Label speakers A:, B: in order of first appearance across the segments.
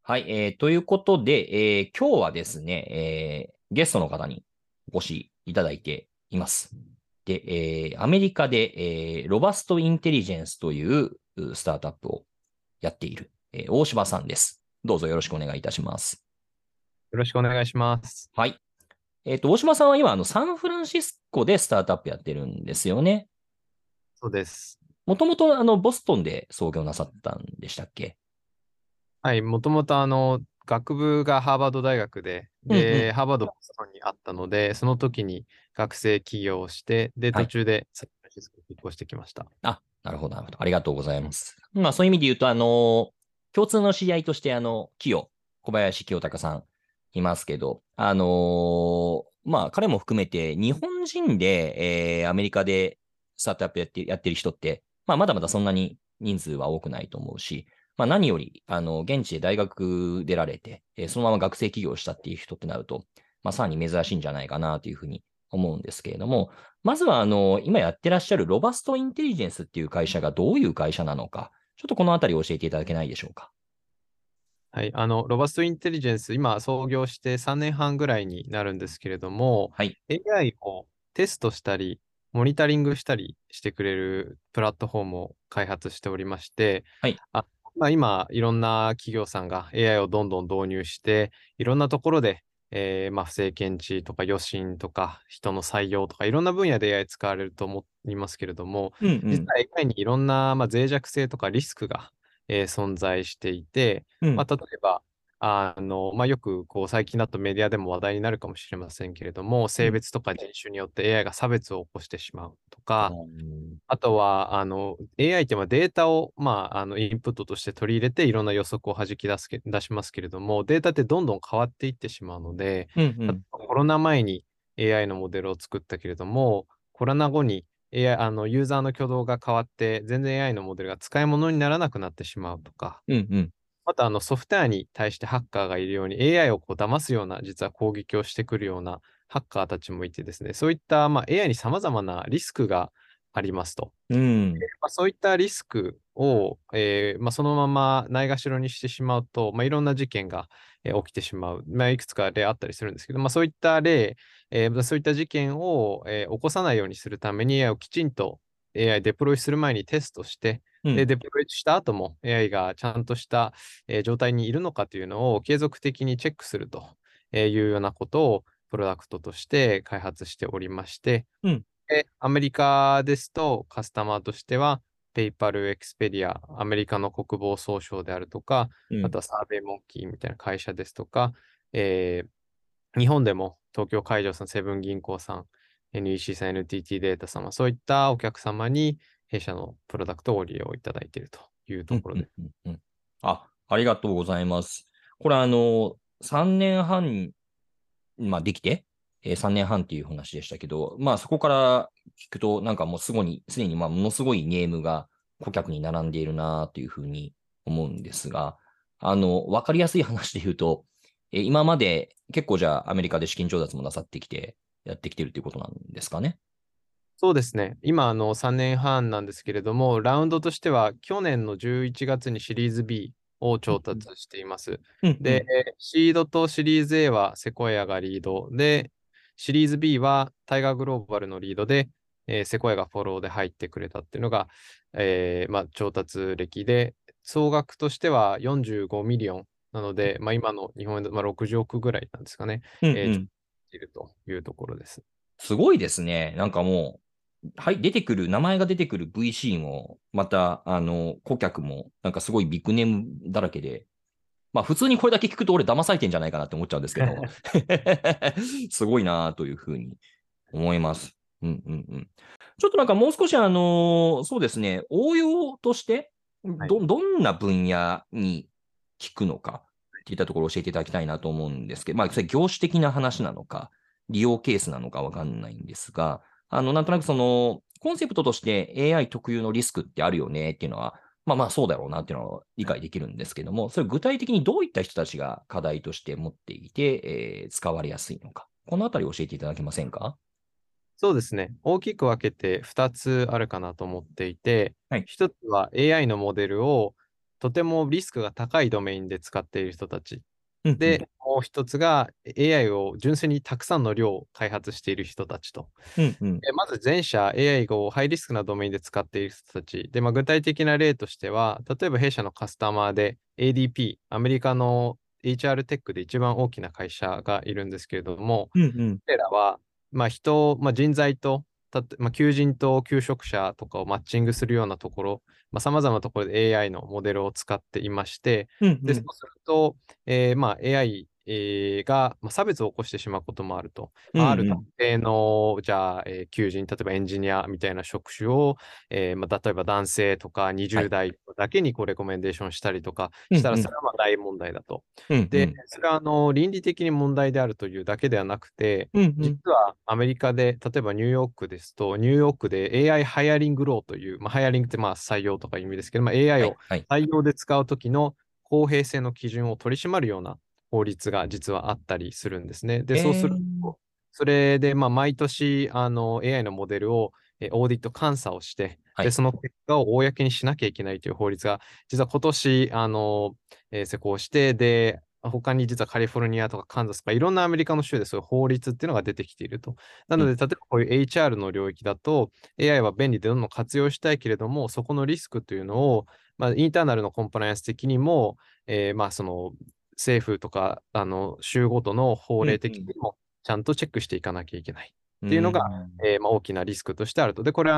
A: はい、ということで、今日はですね、ゲストの方にお越しいただいています。で、アメリカで、ロバストインテリジェンスというスタートアップをやっている、大柴さんです。どうぞよろしくお願いいたします。
B: よろしくお願いします。
A: はい。大島さんは今、サンフランシスコでスタートアップやってるんですよね。
B: そうです。
A: もともと、ボストンで創業なさったんでしたっけ？
B: はい、もともと学部がハーバード大学で、
A: うんうん。
B: ハーバードボストンにあったので、その時に学生起業して、で、
A: はい。
B: 途中でサンフランシスコに引っ越してきました。
A: あ、なるほど、なるほど。ありがとうございます。まあ、そういう意味で言うと、共通の知り合いとして、小林清隆さんいますけど、まあ、彼も含めて、日本人で、アメリカでスタートアップやってる人って、まあ、まだまだそんなに人数は多くないと思うし、まあ、何より、現地で大学出られて、そのまま学生起業したっていう人ってなると、まあ、さらに珍しいんじゃないかなというふうに思うんですけれども、まずは、今やってらっしゃるロバストインテリジェンスっていう会社がどういう会社なのか、ちょっとこのあたり教えていただけないでしょうか。
B: はい、ロバストインテリジェンス、今創業して3年半ぐらいになるんですけれども、
A: はい。
B: AI をテストしたり、モニタリングしたりしてくれるプラットフォームを開発しておりまして、
A: はい。
B: あ、今、いろんな企業さんが AI をどんどん導入して、いろんなところで、不正検知とか予診とか人の採用とかいろんな分野で AI 使われると思いますけれども、
A: うんうん。
B: 実は AI にいろんな、脆弱性とかリスクが、存在していて、
A: うん。
B: 例えば、よく最近だとメディアでも話題になるかもしれませんけれども、
A: うん。
B: 性別とか人種によって AI が差別を起こしてしまうとか、
A: うん。
B: あとは、AI ってデータを、インプットとして取り入れていろんな予測を出しますけれども、データってどんどん変わっていってしまうので、
A: うん。
B: コロナ前に AI のモデルを作ったけれども、コロナ後に AI、ユーザーの挙動が変わって、全然 AI のモデルが使い物にならなくなってしまうとか、
A: うん。うん。
B: またソフトウェアに対してハッカーがいるように AI を騙すような実は攻撃をしてくるようなハッカーたちもいてですね、そういった、AI に様々なリスクがありますと。
A: うん。
B: そういったリスクを、そのままないがしろにしてしまうと、いろんな事件が、起きてしまう。いくつか例あったりするんですけど、そういった例、そういった事件を、起こさないようにするために AI をきちんと AI デプロイする前にテストして、で、
A: うん。
B: デプロイした後も AI がちゃんとした、状態にいるのかというのを継続的にチェックするというようなことをプロダクトとして開発しておりまして、
A: うん。
B: で、アメリカですと、カスタマーとしては、ペイパル、エクスペディア、アメリカの国防総省であるとか、
A: うん。
B: あとはサーベイモンキーみたいな会社ですとか、え日本でも東京海上さん、セブン銀行さん、NEC さん、NTT データ様、そういったお客様に弊社のプロダクトをご利用いただいているという
A: うん。
B: ところで。
A: うん。うん。あ、ありがとうございます。これ3年半、まあ、できて、3年半っていう話でしたけど、まあ、そこから聞くと、なんかもうすでにまあ、ものすごいネームが顧客に並んでいるなというふうに思うんですが、わかりやすい話で言うと、今まで結構じゃあアメリカで資金調達もなさってきて、やってきてるということなんですかね。
B: そうですね。今、3年半なんですけれども、ラウンドとしては、去年の11月にシリーズ B を調達しています。で、
A: うんうん。
B: シードとシリーズ A はセコイアがリードで、シリーズ B はタイガーグローバルのリードで、セコイアがフォローで入ってくれたっていうのが、調達歴で、総額としては45ミリオンなので、今の日本円で、60億ぐらいなんですかね、調達
A: うんうん。
B: しているというところです。
A: すごいですね。なんかもう、はい、名前が出てくる VC も、また、顧客も、なんかすごいビッグネームだらけで、まあ普通にこれだけ聞くと俺騙されてんじゃないかなって思っちゃうんですけど、すごいなというふうに思います。うんうんうん。ちょっとなんかもう少しそうですね、応用として、
B: はい。
A: どんな分野に聞くのかっていったところを教えていただきたいなと思うんですけど、まあそれ業種的な話なのか、利用ケースなのかわかんないんですが、なんとなくコンセプトとして AI 特有のリスクってあるよねっていうのは、まあまあそうだろうなっていうのは理解できるんですけども、それ具体的にどういった人たちが課題として持っていて、使われやすいのか。このあたり教えていただけませんか？
B: そうですね。大きく分けて2つあるかなと思っていて、
A: はい。
B: 1つは AI のモデルをとてもリスクが高いドメインで使っている人たち。
A: うん
B: で、もう一つが AI を純粋にたくさんの量を開発している人たちと。
A: うんうん。
B: まず前者 AI をハイリスクなドメインで使っている人たち。で、具体的な例としては、例えば弊社のカスタマーで ADP、アメリカの HR テックで一番大きな会社がいるんですけれども、
A: うんうん。
B: 彼らは、人材と、求人と求職者とかをマッチングするようなところ、様々なところで AI のモデルを使っていまして、で、そう
A: うんうん。
B: すると、AI が差別を起こしてしまうこともあると。ある特
A: うんうん。
B: 定の、じゃあ、求人、例えばエンジニアみたいな職種を、例えば男性とか
A: はい。
B: 20代だけにレコメンデーションしたりとかしたら、そ
A: うんうん。
B: れは大問題だと。で、
A: うんうん。
B: それは倫理的に問題であるというだけではなくて、
A: うんうん。
B: 実はアメリカで、例えばニューヨークですと、ニューヨークで AI ハイアリングローという、ハイアリングって採用とかいう意味ですけど、AI を
A: はい。はい。
B: 採用で使うときの公平性の基準を取り締まるような法律が実はあったりするんですね。で、そうすると、それで、毎年、AI のモデルをオーディット監査をして、で、
A: はい。
B: その結果を公にしなきゃいけないという法律が、実は今年、施行して、で、他に実はカリフォルニアとかカンザスとかいろんなアメリカの州でそういう法律っていうのが出てきていると。なので、
A: うん。
B: 例えばこういう HR の領域だと AI は便利でどんどん活用したいけれども、そこのリスクというのを、インターナルのコンプライアンス的にも、その政府とか州ごとの法令
A: うんうん。
B: 的にもちゃんとチェックしていかなきゃいけないっ
A: う
B: ていうのが、
A: ん。
B: 大きなリスクとしてあると。で、これは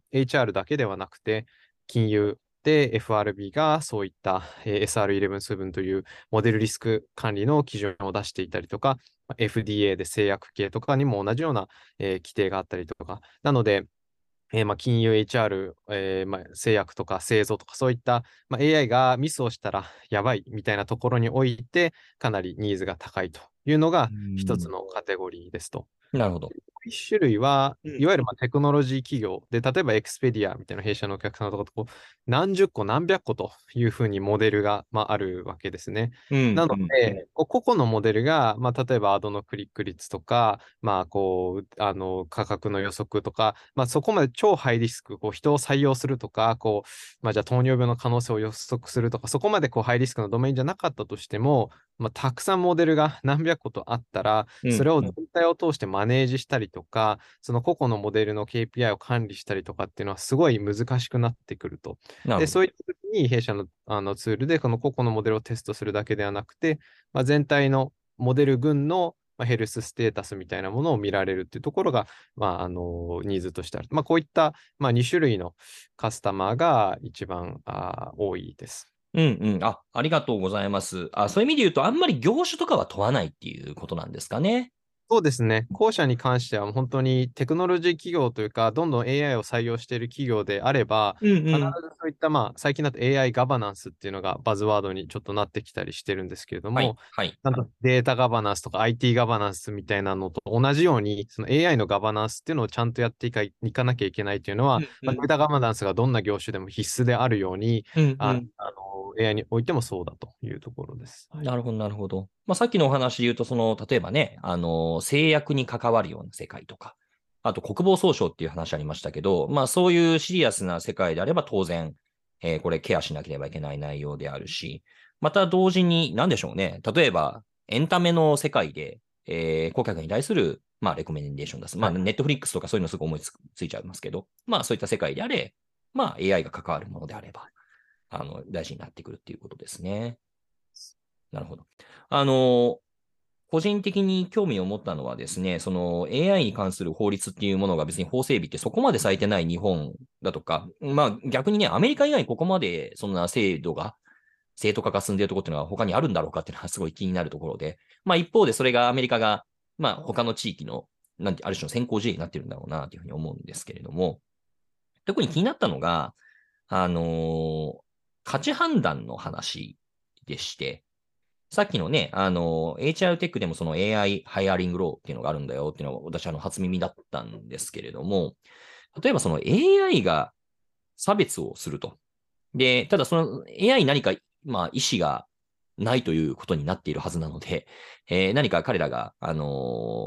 B: HR だけではなくて、金融で FRB がそういった、SR11 というモデルリスク管理の基準を出していたりとか、FDA で製薬系とかにも同じような、規定があったりとか。なので、金融 HR、製薬とか製造とかそういった、AI がミスをしたらやばいみたいなところにおいてかなりニーズが高いというの
A: う
B: が一つ
A: ん。
B: のカテゴリーですと。
A: なるほど。
B: 一種類は、
A: うん
B: いわゆるテクノロジー企業で、例えばエクスペディアみたいな弊社のお客さんとかと何十個何百個というふうにモデルが、あるわけですね。なの
A: うんうん。
B: で、個々のモデルが、例えばアドのクリック率とか、価格の予測とか、そこまで超ハイリスク、人を採用するとか、じゃあ糖尿病の可能性を予測するとか、そこまでハイリスクのドメインじゃなかったとしても、たくさんモデルが何百個とあったら、それを全体を通してマネージしたりとか、その個々のモデルの KPI を管理したりとかっていうのはすごい難しくなってくると。で、
A: なるほど。
B: そういった時に弊社の、ツールでこの個々のモデルをテストするだけではなくて、全体のモデル群のヘルスステータスみたいなものを見られるっていうところが、ニーズとしてある。こういった、2種類のカスタマーが一番多いです。
A: うんうん。ありがとうございます。そういう意味で言うと、あんまり業種とかは問わないっていうことなんですかね。
B: そうですね。後者に関しては本当にテクノロジー企業というか、どんどん AI を採用している企業であれば、必
A: うんうん。
B: ずそういった、最近だと AI ガバナンスっていうのがバズワードにちょっとなってきたりしてるんですけれど
A: はい、
B: も、
A: はい。
B: ちゃんとデータガバナンスとか IT ガバナンスみたいなのと同じように、その AI のガバナンスっていうのをちゃんとやっていかなきゃいけないというのは、
A: うんうん。
B: データガバナンスがどんな業種でも必須であるように、
A: うんうん。
B: AI においてもそうだというところです。はい。
A: なるほど、なるほど。さっきのお話で言うと、例えばね、製薬に関わるような世界とか、あと国防総省っていう話ありましたけど、そういうシリアスな世界であれば当然、これケアしなければいけない内容であるし、また同時に、何でしょうね。例えば、エンタメの世界で、顧客に対する、レコメンデーション出す。ネットフリックスとかそういうのすぐ思いついちゃいますけど、そういった世界であれ、AI が関わるものであれば、大事になってくるっていうことですね。なるほど。個人的に興味を持ったのはですね、その AI に関する法律っていうものが別に法整備ってそこまでされてない日本だとか、逆にね、アメリカ以外にここまでそんな正当化が進んでいるところっていうのは他にあるんだろうかっていうのはすごい気になるところで、一方でそれがアメリカが、他の地域の、ある種の先行事例になってるんだろうなというふうに思うんですけれども、特に気になったのが、あのー価値判断の話でして、さっきのね、HR テックでもその AI ハイアリングローっていうのがあるんだよっていうのは私初耳だったんですけれども、例えばその AI が差別をすると。で、ただその AI に何か、意思がないということになっているはずなので、何か彼らが、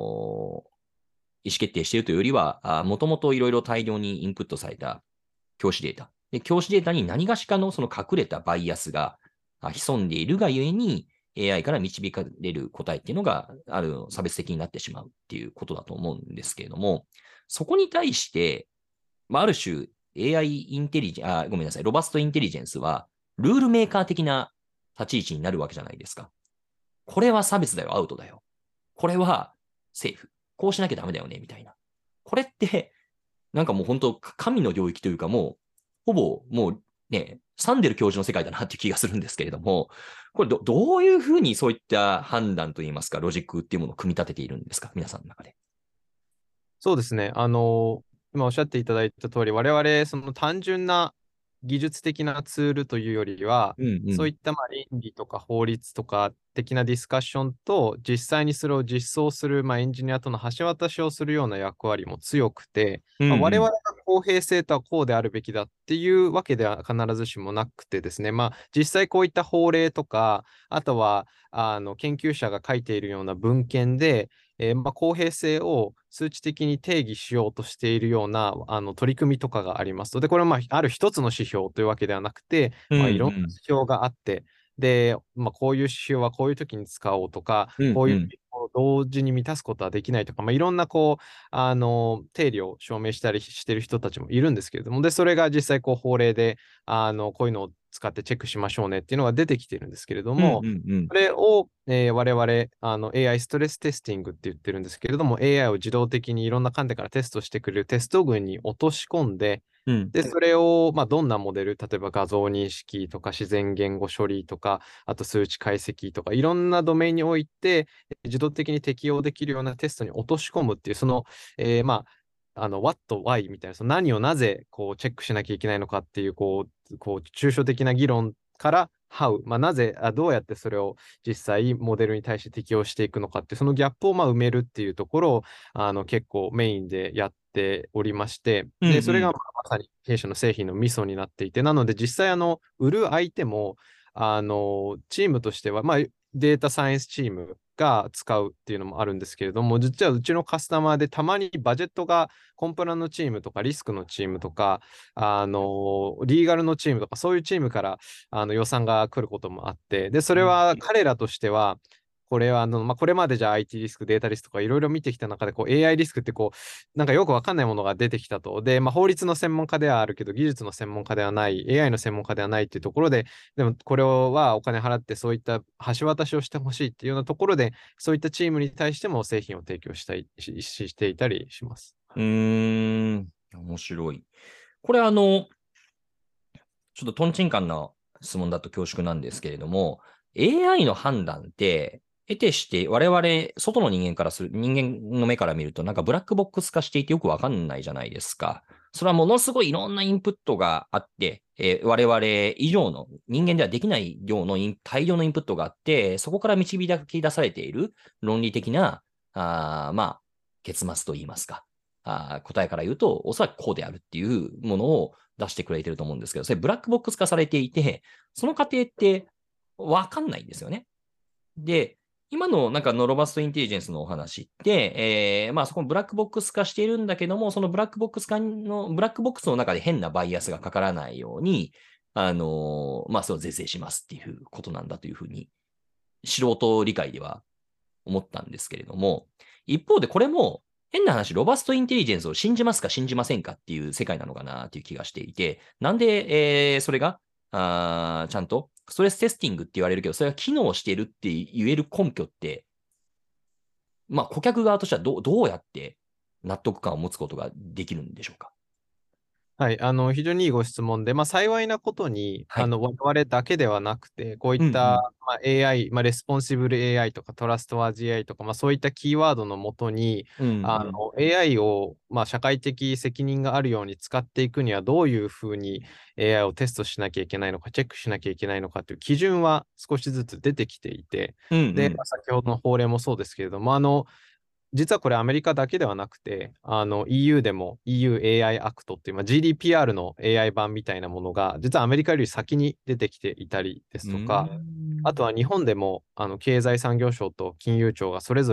A: 意思決定しているというよりは、もともといろいろ大量にインプットされた教師データで、教師データに何がしかのその隠れたバイアスが潜んでいるがゆえに、AI から導かれる答えっていうのが、差別的になってしまうっていうことだと思うんですけれども、そこに対して、ある種 AI インテリジェンス、ごめんなさい、ロバストインテリジェンスは、ルールメーカー的な立ち位置になるわけじゃないですか。これは差別だよ、アウトだよ。これはセーフ。こうしなきゃダメだよね、みたいな。これって、なんかもう本当、神の領域というかもう、ほぼもうね、サンデル教授の世界だなっていう気がするんですけれども、これどういうふうにそういった判断といいますか、ロジックっていうものを組み立てているんですか、皆さんの中で。
B: そうですね。今おっしゃっていただいた通り、我々、その単純な技術的なツールというよりは、
A: うんうん。
B: そういった倫理とか法律とか的なディスカッションと、実際にそれを実装する、エンジニアとの橋渡しをするような役割も強くて、
A: うんうん。
B: 我々が公平性とはこうであるべきだっていうわけでは必ずしもなくてですね、実際こういった法令とか、あとは研究者が書いているような文献で、公平性を数値的に定義しようとしているような取り組みとかがありますと。で、これはある一つの指標というわけではなくて、
A: うん
B: いろんな
A: うん。
B: 指標があって、で、こういう指標はこういう時に使おうとか、こういう
A: うんうん。
B: を同時に満たすことはできないとか、いろんな定理を証明したりしている人たちもいるんですけれども、で、それが実際法令で、こういうのを使ってチェックしましょうねっていうのが出てきてるんですけれど
A: うん
B: も、
A: うんうん。
B: それを、我々AI ストレステスティングって言ってるんですけれども、AI を自動的にいろんな観点からテストしてくれるテスト群に落とし込んで、
A: うん。
B: で、それを、どんなモデル、例えば画像認識とか自然言語処理とか、あと数値解析とか、いろんなドメインにおいて、自動的に適用できるようなテストに落とし込むっていう、what, why みたいな、その何をなぜチェックしなきゃいけないのかっていう、抽象的な議論から how、なぜどうやってそれを実際モデルに対して適用していくのかって、そのギャップを埋めるっていうところを結構メインでやっておりまして、で、それが
A: うんうん。
B: まさに弊社の製品のミソになっていて、なので実際売る相手も、チームとしては、データサイエンスチームが使うっていうのもあるんですけれども、実はうちのカスタマーでたまにバジェットがコンプラのチームとかリスクのチームとか、リーガルのチームとか、そういうチームから予算が来ることもあって、で、それは彼らとしては、これはこれまでじゃあ IT リスク、データリスクとかいろいろ見てきた中でAI リスクってなんかよくわかんないものが出てきたと。で、法律の専門家ではあるけど、技術の専門家ではない、AI の専門家ではないっていうところで、でもこれはお金払ってそういった橋渡しをしてほしいっていうようなところで、そういったチームに対しても製品を提供していたりします。
A: うーん。面白い。これちょっとトンチンカンな質問だと恐縮なんですけれども、AI の判断って、得てして我々、外の人間からする、人間の目から見ると、なんかブラックボックス化していてよくわかんないじゃないですか。それはものすごいいろんなインプットがあって、我々以上の人間ではできない量の大量のインプットがあって、そこから導き出されている論理的な、結末といいますか。答えから言うと、おそらくこうであるっていうものを出してくれてると思うんですけど、それブラックボックス化されていて、その過程ってわかんないんですよね。で、今のなんかノロバストインテリジェンスのお話って、そこのブラックボックス化しているんだけども、そのブラックボックス化の、ブラックボックスの中で変なバイアスがかからないように、それを是正しますっていうことなんだというふうに、素人理解では思ったんですけれども、一方でこれも変な話、ロバストインテリジェンスを信じますか信じませんかっていう世界なのかなっていう気がしていて、なんで、それがちゃんとストレステスティングって言われるけど、それが機能してるって言える根拠って、顧客側としてはどうやって納得感を持つことができるんでしょうか。
B: はい、非常にいいご質問で、幸いなことに、
A: はい。
B: 我々だけではなくて、こういった、
A: うんうん。
B: AI、レスポンシブル AI とか、トラストワーズ AI とか、そういったキーワードのもとに、
A: うんうん。
B: AI を、社会的責任があるように使っていくには、どういうふうに AI をテストしなきゃいけないのか、チェックしなきゃいけないのかという基準は少しずつ出てきていて、で、
A: うんうん。
B: 先ほどの法令もそうですけれども、実はこれアメリカだけではなくて、EU でも EU AI アクトっていう、GDPR の AI 版みたいなものが、実はアメリカより先に出てきていたりで
A: う
B: すとか、
A: ん。
B: あとは日本でも経済産業省と金融庁がそれぞれ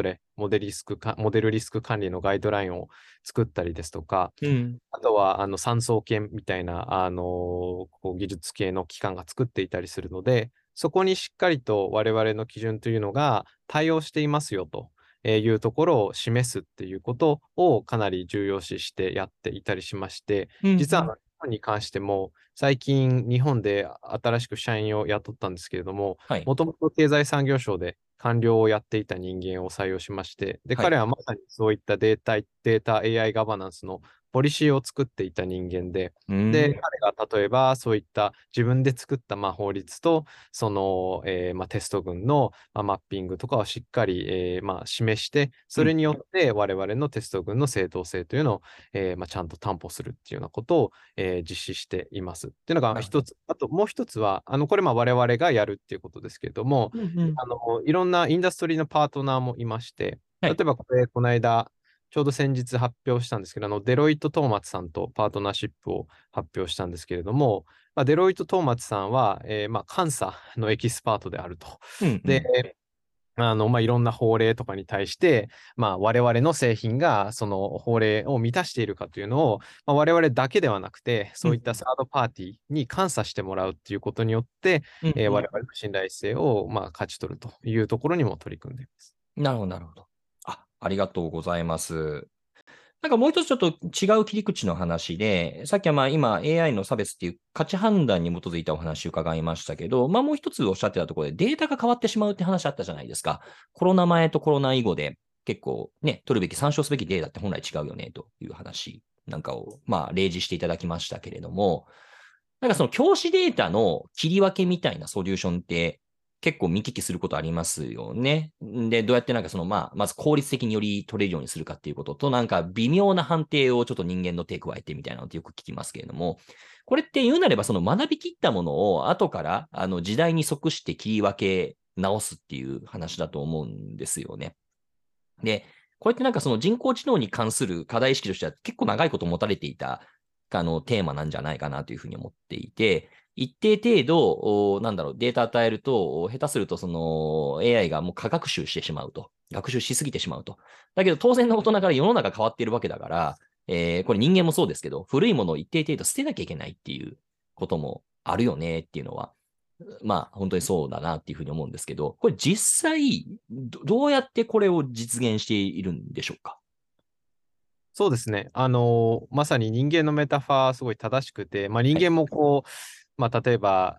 B: モデルリスク管理のガイドラインを作ったりですとか、
A: うん。
B: あとは産総研みたいな技術系の機関が作っていたりするので、そこにしっかりと我々の基準というのが対応していますよというところを示すっていうことをかなり重要視してやっていたりしまして、
A: うん。
B: 実は日本に関しても最近日本で新しく社員を雇ったんですけれども、
A: はい。
B: もともと経済産業省で官僚をやっていた人間を採用しまして、で、
A: はい。
B: 彼はまさにそういったデータ AI ガバナンスのポリシーを作っていた人間で、で、
A: うん。
B: 彼が例えばそういった自分で作った法律と、その、テスト群の、マッピングとかをしっかり、示して、それによって我々のテスト群の正当性というのを、ちゃんと担保するっていうようなことを、実施しています。っていうのが
A: なるほど。
B: 一つ。あともう一つは、これ我々がやるっていうことですけれども、
A: うんうん。
B: いろんなインダストリーのパートナーもいまして、
A: はい。
B: 例えばこの間、ちょうど先日発表したんですけど、デロイト・トーマツさんとパートナーシップを発表したんですけれども、デロイト・トーマツさんは、監査のエキスパートであると。で、
A: うんうん。
B: いろんな法令とかに対して、我々の製品がその法令を満たしているかというのを、我々だけではなくて、
A: うん
B: そういったサードパーティーに監査してもらうっていうことによって、我
A: うん。
B: 々の信頼性を勝ち取るというところにも取り組んでいます。
A: なるほど、なるほど。ありがとうございます。なんかもう一つちょっと違う切り口の話で、さっきは今 AI の差別っていう価値判断に基づいたお話を伺いましたけど、もう一つおっしゃってたところでデータが変わってしまうって話あったじゃないですか。コロナ前とコロナ以後で結構ね、取るべき、参照すべきデータって本来違うよねという話なんかを例示していただきましたけれども、なんかその教師データの切り分けみたいなソリューションって結構見聞きすることありますよね。で、どうやってなんかそのまず効率的により取れるようにするかっていうことと、なんか微妙な判定をちょっと人間の手加えてみたいなのってよく聞きますけれども、これって言うなればその学び切ったものを後から時代に即して切り分け直すっていう話だと思うんですよね。で、これってなんかその人工知能に関する課題意識としては結構長いこと持たれていたテーマなんじゃないかなというふうに思っていて、一定程度、データ与えると、下手するとその AI がもう過学習してしまうと。学習しすぎてしまうと。だけど当然のことながら世の中変わっているわけだから、これ人間もそうですけど、古いものを一定程度捨てなきゃいけないっていうこともあるよねっていうのは、本当にそうだなっていうふうに思うんですけど、これ実際、どうやってこれを実現しているんでしょうか？
B: そうですね。まさに人間のメタファーすごい正しくて、人
A: はい。
B: 間も例えば、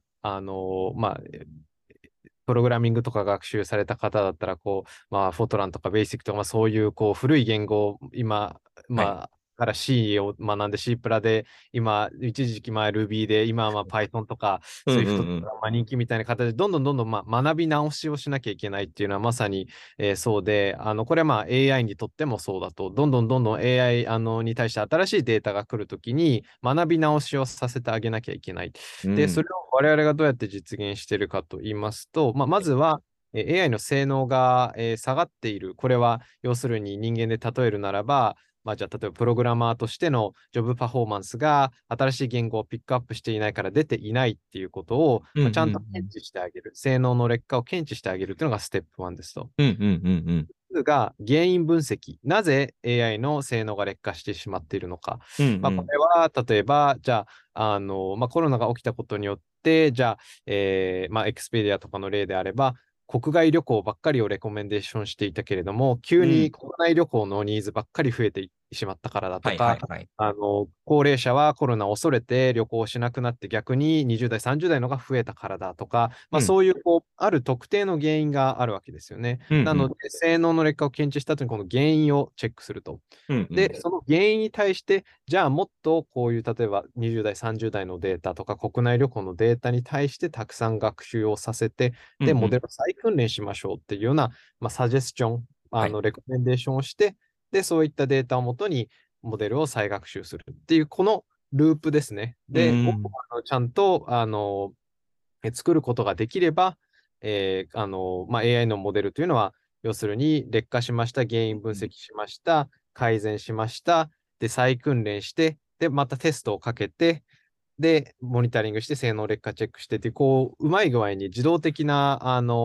B: プログラミングとか学習された方だったら、フォトランとかベーシックとか、そういう古い言語を今、
A: はい。
B: から C を学んで C プラで、今、一時期前 Ruby で、今はPython とか
A: うんう
B: Swift とか
A: んうん。
B: 人気みたいな形で、どんどんどんどん学び直しをしなきゃいけないっていうのはまさに、そうで、これはAI にとってもそうだと、どんどんどんどん AI に対して新しいデータが来るときに学び直しをさせてあげなきゃいけない。で、そ
A: うん。
B: れを我々がどうやって実現しているかと言いますと、まずは、AI の性能が、下がっている。これは要するに人間で例えるならば、じゃあ例えばプログラマーとしてのジョブパフォーマンスが新しい言語をピックアップしていないから出ていないっていうことを、
A: うんう
B: ちゃんと
A: ん
B: 検知してあげる。性能の劣化を検知してあげるというのがステップ1ですと。
A: うん。うんうんうん
B: が原因分析。なぜ AI の性能が劣化してしまっているのか。
A: うん。うん
B: これは、例えば、じゃあ、コロナが起きたことによって、じゃあ、エクスペディアとかの例であれば、国外旅行ばっかりをレコメンデーションしていたけれども、急
A: うん。う
B: に
A: ん。
B: 国内旅行のニーズばっかり増えてしまったからだ
A: はいは
B: とか、
A: いはい。
B: 高齢者はコロナを恐れて旅行しなくなって逆に20代、30代のが増えたからだとか、
A: うん。
B: そういうある特定の原因があるわけですよね。
A: うんうん。
B: なので、性能の劣化を検知した後にこの原因をチェックすると。で、
A: うんうん。
B: その原因に対して、じゃあもっとこういう例えば20代、30代のデータとか国内旅行のデータに対してたくさん学習をさせて、で、
A: うんうん。
B: モデルを再訓練しましょうっていうような、サジェスチョン、
A: はい。
B: レコメンデーションをして、で、そういったデータをもとにモデルを再学習するっていう、このループですね。
A: う
B: で、
A: ん。
B: ちゃんと、作ることができれば、AI のモデルというのは、要するに劣化しました、原因分析しました、改善しました、で、再訓練して、で、またテストをかけて、で、モニタリングして性能劣化チェックしてっていう、うまい具合に自動的な、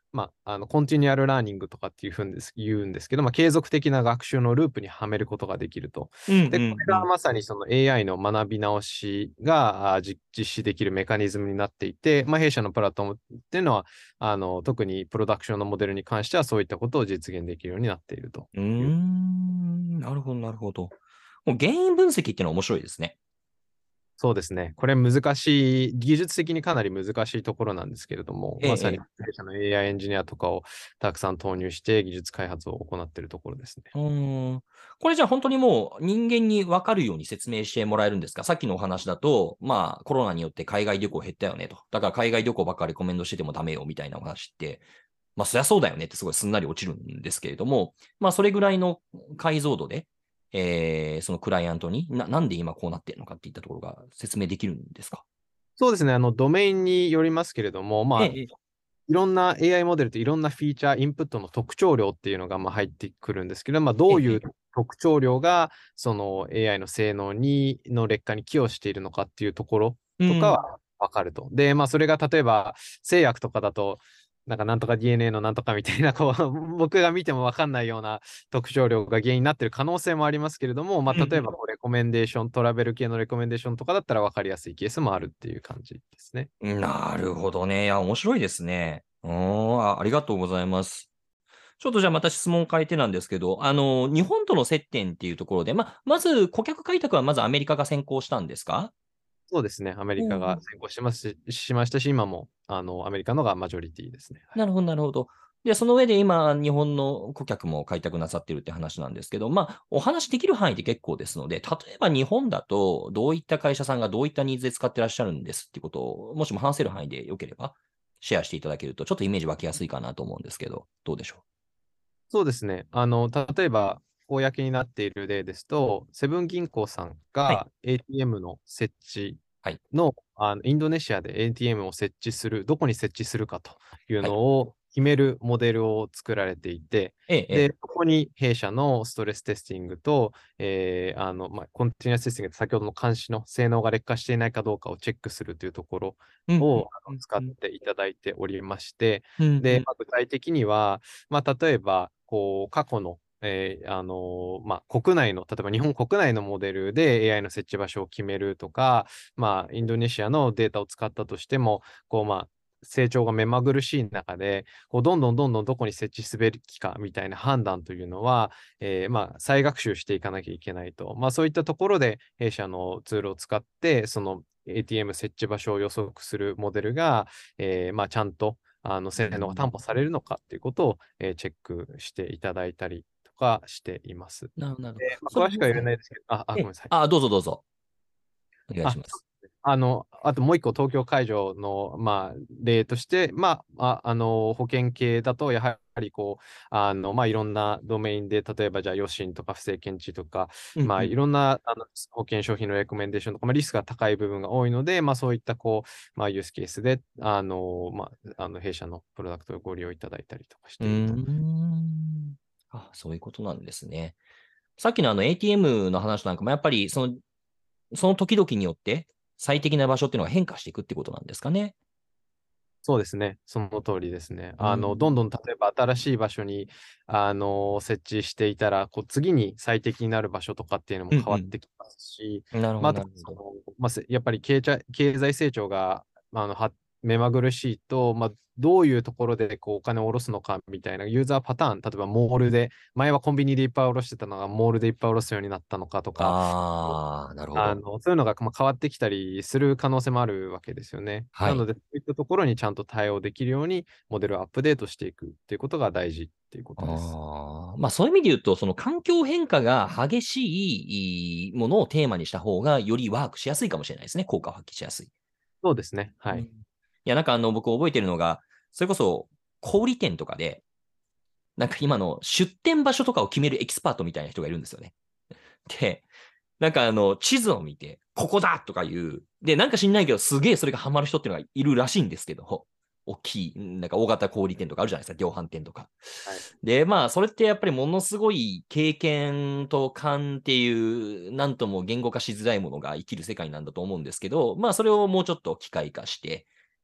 B: コンティニュアルラーニングとかって言うんですけど、継続的な学習のループにはめることができると。
A: うん
B: で、これが
A: うん
B: まさにその AI の学び直しが実施できるメカニズムになっていて、弊社のプラットフォームっていうのは、特にプロダクションのモデルに関してはそういったことを実現できるようになっていると
A: う
B: いう。
A: ん。なるほど、なるほど。もう原因分析っていうのは面白いですね。
B: そうですね。これ難しい、技術的にかなり難しいところなんですけれども、
A: ええ、
B: まさに
A: ええ。
B: 弊社の AI エンジニアとかをたくさん投入して技術開発を行っているところですね。
A: これじゃあ本当にもう人間に分かるように説明してもらえるんですか？さっきのお話だと、コロナによって海外旅行減ったよねと。だから海外旅行ばっかりレコメンドしててもダメよみたいなお話って、そりゃそうだよねってすごいすんなり落ちるんですけれども、それぐらいの解像度で、そのクライアントになんで今こうなってるのかっていったところが説明できるんですか？
B: そうですね。ドメインによりますけれども、
A: ええ、
B: いろんな AI モデルといろんなフィーチャー、インプットの特徴量っていうのが入ってくるんですけど、どういう
A: ええ、
B: 特徴量がその AI の性能の劣化に寄与しているのかっていうところ
A: うん。
B: とかはわかると。で、それが例えば製薬とかだと、なんとか DNA のなんとかみたいな、僕が見てもわかんないような特徴量が原因になっている可能性もありますけれども、例えばレコメンデーション、トラベル系のレコメンデーションとかだったらわかりやすいケースもあるっていう感じですね。
A: なるほどね。いや、面白いですね。ありがとうございます。ちょっとじゃあまた質問変えてなんですけど、日本との接点っていうところで、まず顧客開拓はまずアメリカが先行したんですか？
B: そうですね。アメリカが
A: うん。
B: 先行しましたし、今もアメリカのがマジョリティですね。はい。
A: なるほど、なるほど。で、その上で今、日本の顧客も開拓なさってるって話なんですけど、お話できる範囲で結構ですので、例えば日本だと、どういった会社さんがどういったニーズで使ってらっしゃるんですっていうことを、もしも話せる範囲でよければ、シェアしていただけると、ちょっとイメージ湧きやすいかなと思うんですけど、どうでしょ
B: そうですね。例えば、公になっている例ですと、セブン銀行さん
A: う？はい。
B: が ATM の設置
A: はい。
B: の、インドネシアで ATM を設置する、どこに設置するかという
A: はい。
B: のを決めるモデルを作られていて、
A: ええ、え
B: で、
A: え。
B: ここに弊社のストレステスティングと、コンティニュアステスティングで先ほどの監視の性能が劣化していないかどうかをチェックするというところ
A: うん、うん、
B: を
A: うん、
B: 使っていただいておりまして、
A: うん、う
B: で、
A: ん。
B: 具体的には、例えば、過去の、国内の、例えば日本国内のモデルで AI の設置場所を決めるとか、インドネシアのデータを使ったとしても、成長が目まぐるしい中で、どんどんどんどんどこに設置すべきかみたいな判断というのは、再学習していかなきゃいけないと。そういったところで、弊社のツールを使って、その ATM 設置場所を予測するモデルが、ちゃんと性能が担保されるのかっていうことを、チェックしていただいたりとかしています。
A: なるほど、なるほど。
B: で、
A: それも、
B: 詳しくは言
A: はい。
B: えないですけど、ごめんなさい。
A: どうぞどうぞ。お願いし
B: あ、
A: ます。
B: あともう一個東京会場の、例として、保険系だと、やはりいろんなドメインで、例えばじゃあ、余震とか不正検知とか、
A: うん、うん。
B: いろんな保険商品のレコメンデーションとか、リスクが高い部分が多いので、そういったユースケースで、弊社のプロダクトをご利用いただいたりとかし
A: うー
B: ていると。
A: ん。そういうことなんですね。さっきのATM の話なんかも、やっぱりその時々によって最適な場所っていうのが変化していくってことなんですかね。
B: そうですね。その通りですね。
A: うん。
B: どんどん例えば新しい場所に、設置していたら、次に最適になる場所とかっていうのも変わっ
A: うん、
B: てきますし、
A: うん。なるほど、
B: あと
A: なるほど。
B: やっぱり経済成長が、目まぐるしいと、どういうところでお金を下ろすのかみたいなユーザーパターン、例えばモールで、前はコンビニでいっぱい下ろしてたのが、モールでいっぱい下ろすようになったのかとか、
A: なるほど。
B: そういうのが変わってきたりする可能性もあるわけですよね。
A: はい。
B: なので、そういったところにちゃんと対応できるように、モデルをアップデートしていくっていうことが大事っていうことです。
A: そういう意味で言うと、その環境変化が激しいものをテーマにした方が、よりワークしやすいかもしれないですね。効果を発揮しやすい。
B: そうですね。
A: うん。
B: はい。
A: いや、なんか僕覚えてるのが、それこそ小売店とかで、なんか今の出店場所とかを決めるエキスパートみたいな人がいるんですよね。で、なんか地図を見て、ここだとか言う。で、なんか知んないけど、すげえそれがハマる人っていうのがいるらしいんですけど、大きい、なんか大型小売店とかあるじゃないですか、量販店とか。
B: はい。
A: で、それってやっぱりものすごい経験と勘っていう、なんとも言語化しづらいものが生きる世界なんだと思うんですけど、それをもうちょっと機械化して、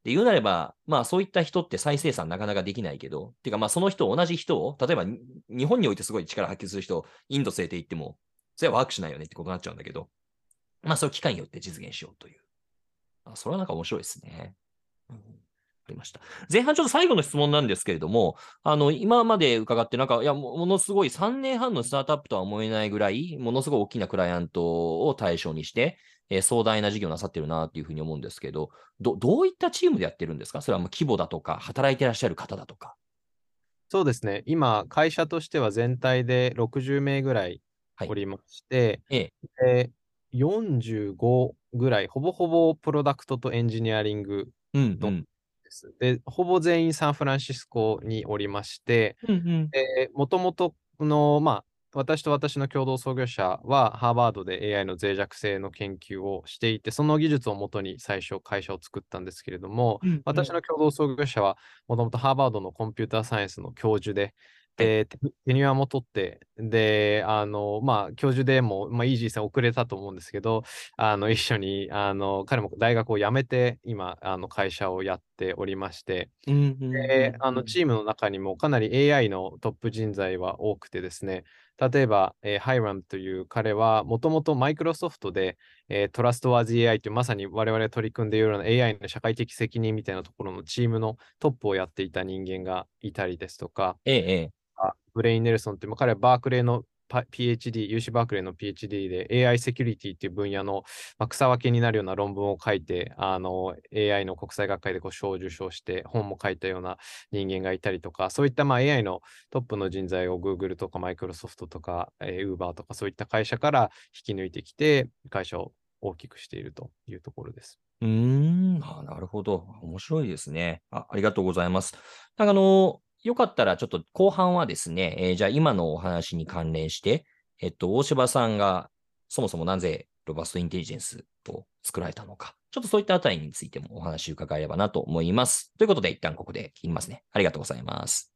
A: で、言うなれば、まあそういった人って再生産なかなかできないけど、てかまあその人、同じ人を、例えば日本においてすごい力発揮する人をインド連れて行っても、それはワークしないよねってことになっちゃうんだけど、まあそういう機会によって実現しようという。それはなんか面白いですね。うん、ありました。前半ちょっと最後の質問なんですけれども、今まで伺ってなんか、いや、ものすごい3年半のスタートアップとは思えないぐらい、ものすごい大きなクライアントを対象にして、壮大な事業をなさってるなっていうふうに思うんですけど、どういったチームでやってるんですか？それはもう規模だとか、働いてらっしゃる方だとか。
B: そうですね。今、会社としては全体で60名ぐらい
A: はい。
B: おりまして、
A: ええ。
B: で45ぐらい、ほぼほぼプロダクトとエンジニアリング
A: うんう
B: の
A: ん。
B: です。で、ほぼ全員サンフランシスコにおりまして、
A: うんうん。
B: もともとの、私と私の共同創業者は、ハーバードで AI の脆弱性の研究をしていて、その技術をもとに最初会社を作ったんですけれども、
A: うんうん。
B: 私の共同創業者は、もともとハーバードのコンピューターサイエンスの教授で、
A: はい。
B: テニュアも取って、で、教授でも、いい人生遅れたと思うんですけど、一緒に、彼も大学を辞めて、今、会社をやっておりまして、
A: うんうんうん。
B: チームの中にもかなり AI のトップ人材は多くてですね、例えば、ハイラムという彼は、もともとマイクロソフトで、トラストワーズ AI というまさに我々が取り組んでいるような AI の社会的責任みたいなところのチームのトップをやっていた人間がいたりですとか、
A: ええ、ええ。
B: ブレイン・ネルソンっていう、彼はバークレーのPhD、UC バークレーの PhD で AI セキュリティっていう分野の、草分けになるような論文を書いて、AI の国際学会で賞を受賞して本も書いたような人間がいたりとか、そういったAI のトップの人材を Google とか Microsoft とか、Uber とかそういった会社から引き抜いてきて、会社を大きくしているというところです。
A: なるほど。面白いですね。ありがとうございます。なんかよかったらちょっと後半はですね、じゃあ今のお話に関連して、大柴さんがそもそもなぜロバストインテリジェンスを作られたのか、ちょっとそういったあたりについてもお話を伺えればなと思います。ということで一旦ここで切りますね。ありがとうございます。